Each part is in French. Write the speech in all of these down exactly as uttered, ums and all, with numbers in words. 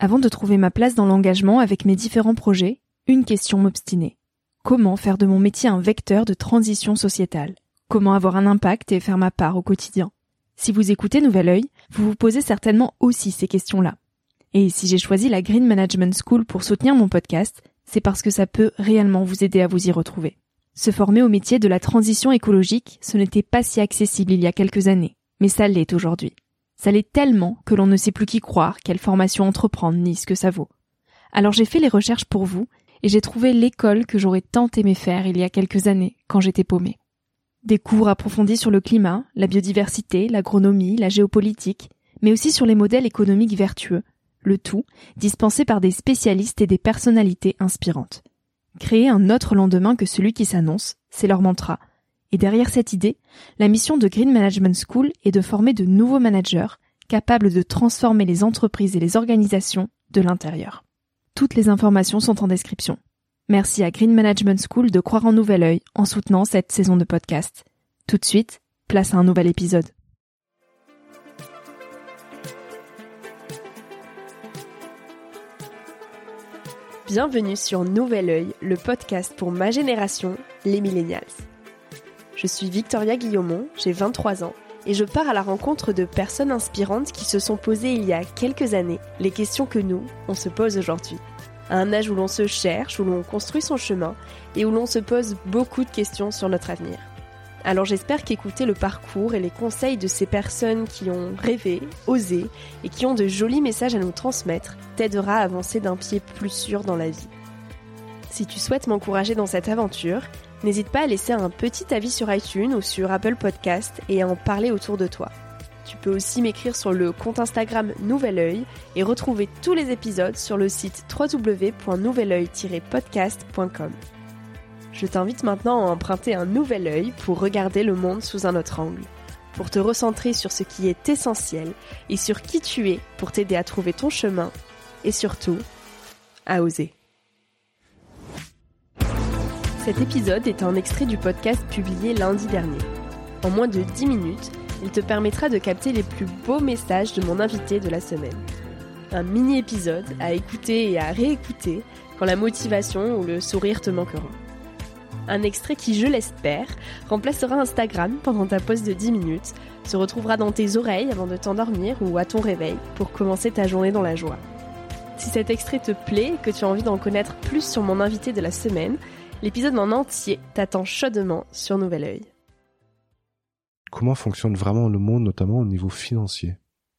Avant de trouver ma place dans l'engagement avec mes différents projets, une question m'obstinait. Comment faire de mon métier un vecteur de transition sociétale ? Comment avoir un impact et faire ma part au quotidien ? Si vous écoutez Nouvel Œil, vous vous posez certainement aussi ces questions-là. Et si j'ai choisi la Green Management School pour soutenir mon podcast, c'est parce que ça peut réellement vous aider à vous y retrouver. Se former au métier de la transition écologique, ce n'était pas si accessible il y a quelques années, mais ça l'est aujourd'hui. Ça l'est tellement que l'on ne sait plus qui croire, quelle formation entreprendre, ni ce que ça vaut. Alors j'ai fait les recherches pour vous, et j'ai trouvé l'école que j'aurais tant aimé faire il y a quelques années, quand j'étais paumée. Des cours approfondis sur le climat, la biodiversité, l'agronomie, la géopolitique, mais aussi sur les modèles économiques vertueux, le tout dispensé par des spécialistes et des personnalités inspirantes. Créer un autre lendemain que celui qui s'annonce, c'est leur mantra. Et derrière cette idée, la mission de Green Management School est de former de nouveaux managers capables de transformer les entreprises et les organisations de l'intérieur. Toutes les informations sont en description. Merci à Green Management School de croire en Nouvel Œil en soutenant cette saison de podcast. Tout de suite, place à un nouvel épisode. Bienvenue sur Nouvel Œil, le podcast pour ma génération, les millennials. Je suis Victoria Guillaumont, j'ai vingt-trois ans, et je pars à la rencontre de personnes inspirantes qui se sont posées il y a quelques années les questions que nous, on se pose aujourd'hui. À un âge où l'on se cherche, où l'on construit son chemin, et où l'on se pose beaucoup de questions sur notre avenir. Alors j'espère qu'écouter le parcours et les conseils de ces personnes qui ont rêvé, osé, et qui ont de jolis messages à nous transmettre, t'aidera à avancer d'un pied plus sûr dans la vie. Si tu souhaites m'encourager dans cette aventure, n'hésite pas à laisser un petit avis sur iTunes ou sur Apple Podcast et à en parler autour de toi. Tu peux aussi m'écrire sur le compte Instagram Nouvel Œil et retrouver tous les épisodes sur le site w w w point nouvel œil tiret podcast point com. Je t'invite maintenant à emprunter un nouvel œil pour regarder le monde sous un autre angle, pour te recentrer sur ce qui est essentiel et sur qui tu es pour t'aider à trouver ton chemin et surtout, à oser. Cet épisode est un extrait du podcast publié lundi dernier. En moins de dix minutes, il te permettra de capter les plus beaux messages de mon invité de la semaine. Un mini-épisode à écouter et à réécouter quand la motivation ou le sourire te manqueront. Un extrait qui, je l'espère, remplacera Instagram pendant ta pause de dix minutes, se retrouvera dans tes oreilles avant de t'endormir ou à ton réveil pour commencer ta journée dans la joie. Si cet extrait te plaît et que tu as envie d'en connaître plus sur mon invité de la semaine, l'épisode en entier t'attend chaudement sur Nouvel Œil. Comment fonctionne vraiment le monde, notamment au niveau financier ?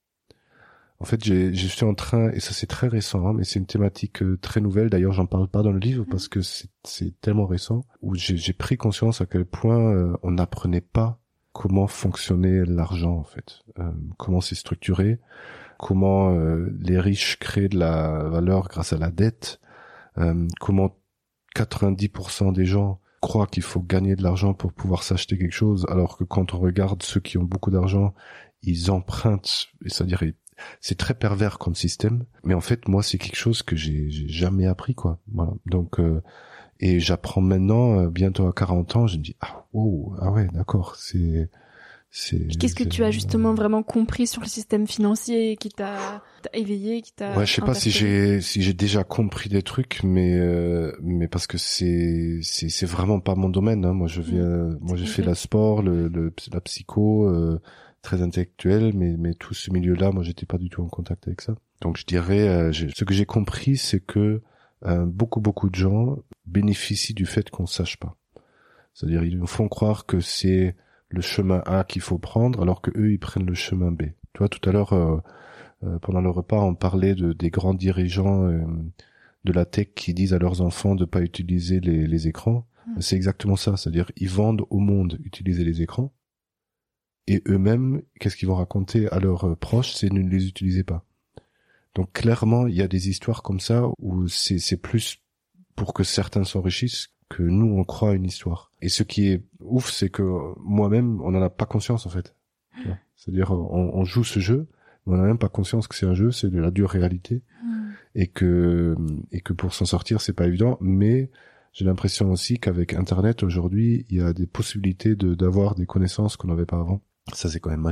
En fait, j'ai, je suis en train, et ça c'est très récent, hein, mais c'est une thématique euh, très nouvelle. D'ailleurs, j'en parle pas dans le livre parce que c'est, c'est tellement récent, où j'ai, j'ai pris conscience à quel point euh, on n'apprenait pas comment fonctionnait l'argent, en fait, euh, comment c'est structuré, comment euh, les riches créent de la valeur grâce à la dette, euh, comment quatre-vingt-dix pour cent des gens croient qu'il faut gagner de l'argent pour pouvoir s'acheter quelque chose, alors que quand on regarde ceux qui ont beaucoup d'argent, ils empruntent, c'est-à-dire c'est très pervers comme système, mais en fait moi c'est quelque chose que j'ai, j'ai jamais appris, quoi. Voilà. Donc euh, et j'apprends maintenant, euh, bientôt à quarante ans, je me dis ah oh ah ouais d'accord, c'est c'est. Qu'est-ce que c'est, tu as justement euh... vraiment compris sur le système financier qui t'a, t'a éveillé, qui t'a. Ouais, je sais pas si j'ai si j'ai déjà compris des trucs, mais euh, mais parce que c'est c'est c'est vraiment pas mon domaine. Hein. Moi je viens, mmh, moi j'ai fait la sport, le, le la psycho. Euh, très intellectuel, mais mais tout ce milieu-là, moi j'étais pas du tout en contact avec ça. Donc je dirais, euh, j'ai, ce que j'ai compris, c'est que euh, beaucoup beaucoup de gens bénéficient du fait qu'on sache pas. C'est-à-dire ils nous font croire que c'est le chemin A qu'il faut prendre, alors que eux ils prennent le chemin B. Tu vois, tout à l'heure euh, euh, pendant le repas, on parlait de des grands dirigeants euh, de la tech qui disent à leurs enfants de pas utiliser les les écrans. Mmh. C'est exactement ça. C'est-à-dire ils vendent au monde utiliser les écrans. Et eux-mêmes, qu'est-ce qu'ils vont raconter à leurs proches, c'est ne les utilisez pas. Donc clairement, il y a des histoires comme ça où c'est, c'est plus pour que certains s'enrichissent que nous, on croit à une histoire. Et ce qui est ouf, c'est que moi-même, on n'en a pas conscience en fait. C'est-à-dire, on, on joue ce jeu, mais on n'a même pas conscience que c'est un jeu, c'est de la dure réalité. Mmh. Et que et que pour s'en sortir, c'est pas évident, mais j'ai l'impression aussi qu'avec Internet, aujourd'hui, il y a des possibilités de d'avoir des connaissances qu'on n'avait pas avant. Ça, c'est quand même magique.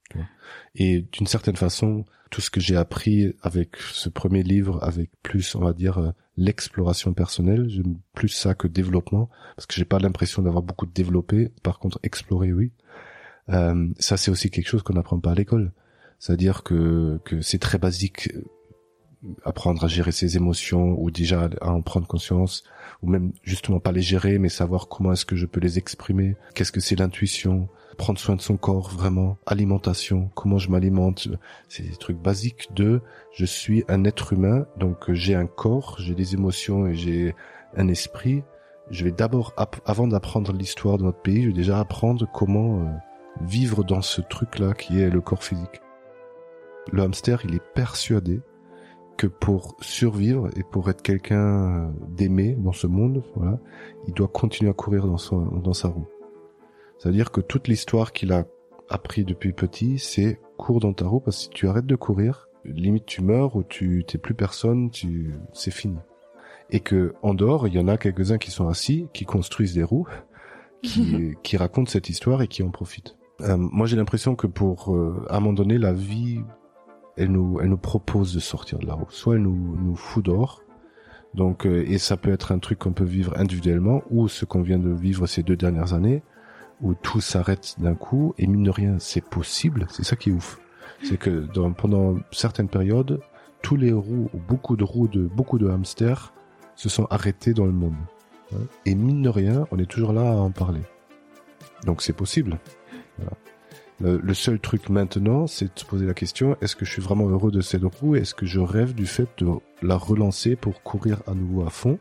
Tu vois. Et d'une certaine façon, tout ce que j'ai appris avec ce premier livre, avec plus, on va dire, euh, l'exploration personnelle, j'aime plus ça que développement, parce que j'ai pas l'impression d'avoir beaucoup développé. Par contre, explorer, oui. Euh, ça, c'est aussi quelque chose qu'on n'apprend pas à l'école. C'est-à-dire que, que c'est très basique, apprendre à gérer ses émotions, ou déjà à en prendre conscience, ou même justement pas les gérer, mais savoir comment est-ce que je peux les exprimer, qu'est-ce que c'est l'intuition, prendre soin de son corps vraiment, alimentation, comment je m'alimente, c'est des trucs basiques de je suis un être humain, donc j'ai un corps, j'ai des émotions et j'ai un esprit. Je vais d'abord, avant d'apprendre l'histoire de notre pays, je vais déjà apprendre comment euh, vivre dans ce truc-là qui est le corps physique. Le hamster, il est persuadé que pour survivre et pour être quelqu'un d'aimé dans ce monde, voilà, il doit continuer à courir dans son, dans sa roue. C'est-à-dire que toute l'histoire qu'il a appris depuis petit, c'est cours dans ta roue, parce que si tu arrêtes de courir, limite tu meurs ou tu t'es plus personne, tu, c'est fini. Et que, en dehors, il y en a quelques-uns qui sont assis, qui construisent des roues, qui, qui racontent cette histoire et qui en profitent. Euh, moi, j'ai l'impression que pour, euh, à un moment donné, la vie, elle nous, elle nous propose de sortir de la roue. Soit elle nous, nous fout dehors. Donc, euh, et ça peut être un truc qu'on peut vivre individuellement, ou ce qu'on vient de vivre ces deux dernières années, où tout s'arrête d'un coup, et mine de rien, c'est possible. C'est ça qui est ouf. C'est que dans, pendant certaines périodes, tous les roues, ou beaucoup de roues de, beaucoup de hamsters se sont arrêtés dans le monde. Et mine de rien, on est toujours là à en parler. Donc c'est possible. Voilà. Le, le seul truc maintenant, c'est de se poser la question, est-ce que je suis vraiment heureux de cette roue? Est-ce que je rêve du fait de la relancer pour courir à nouveau à fond?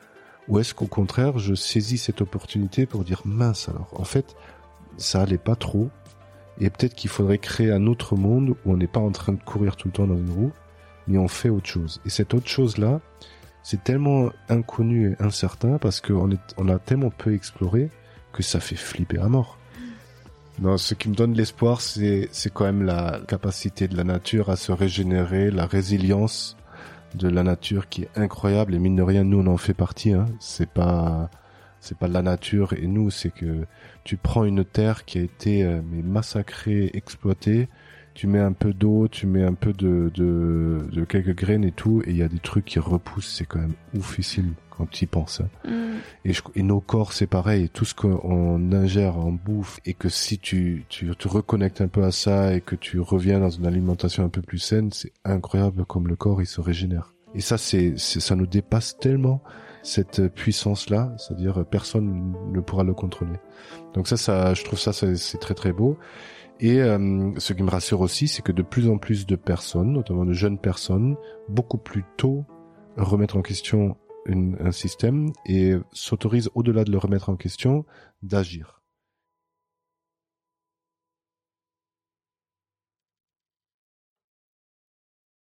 Ou est-ce qu'au contraire, je saisis cette opportunité pour dire, mince alors, en fait, ça allait pas trop, et peut-être qu'il faudrait créer un autre monde où on n'est pas en train de courir tout le temps dans une roue, mais on fait autre chose. Et cette autre chose-là, c'est tellement inconnu et incertain parce qu'on est, on a tellement peu exploré que ça fait flipper à mort. Non, ce qui me donne l'espoir, c'est, c'est quand même la capacité de la nature à se régénérer, la résilience de la nature qui est incroyable. Et mine de rien, nous, on en fait partie, hein. C'est pas, c'est pas la nature et nous, c'est que tu prends une terre qui a été, euh, mais massacrée, exploitée, tu mets un peu d'eau, tu mets un peu de, de, de quelques graines et tout, et il y a des trucs qui repoussent, c'est quand même oufissime quand tu y penses. Hein. Mm. Et, je, et nos corps, c'est pareil, tout ce qu'on ingère en bouffe, et que si tu, tu te reconnectes un peu à ça, et que tu reviens dans une alimentation un peu plus saine, c'est incroyable comme le corps, il se régénère. Et ça, c'est, c'est ça nous dépasse tellement, cette puissance-là, c'est-à-dire personne ne pourra le contrôler. Donc ça, ça, je trouve ça, c'est, c'est très très beau. Et euh, ce qui me rassure aussi, c'est que de plus en plus de personnes, notamment de jeunes personnes, beaucoup plus tôt remettent en question une, un système et s'autorisent, au-delà de le remettre en question, d'agir.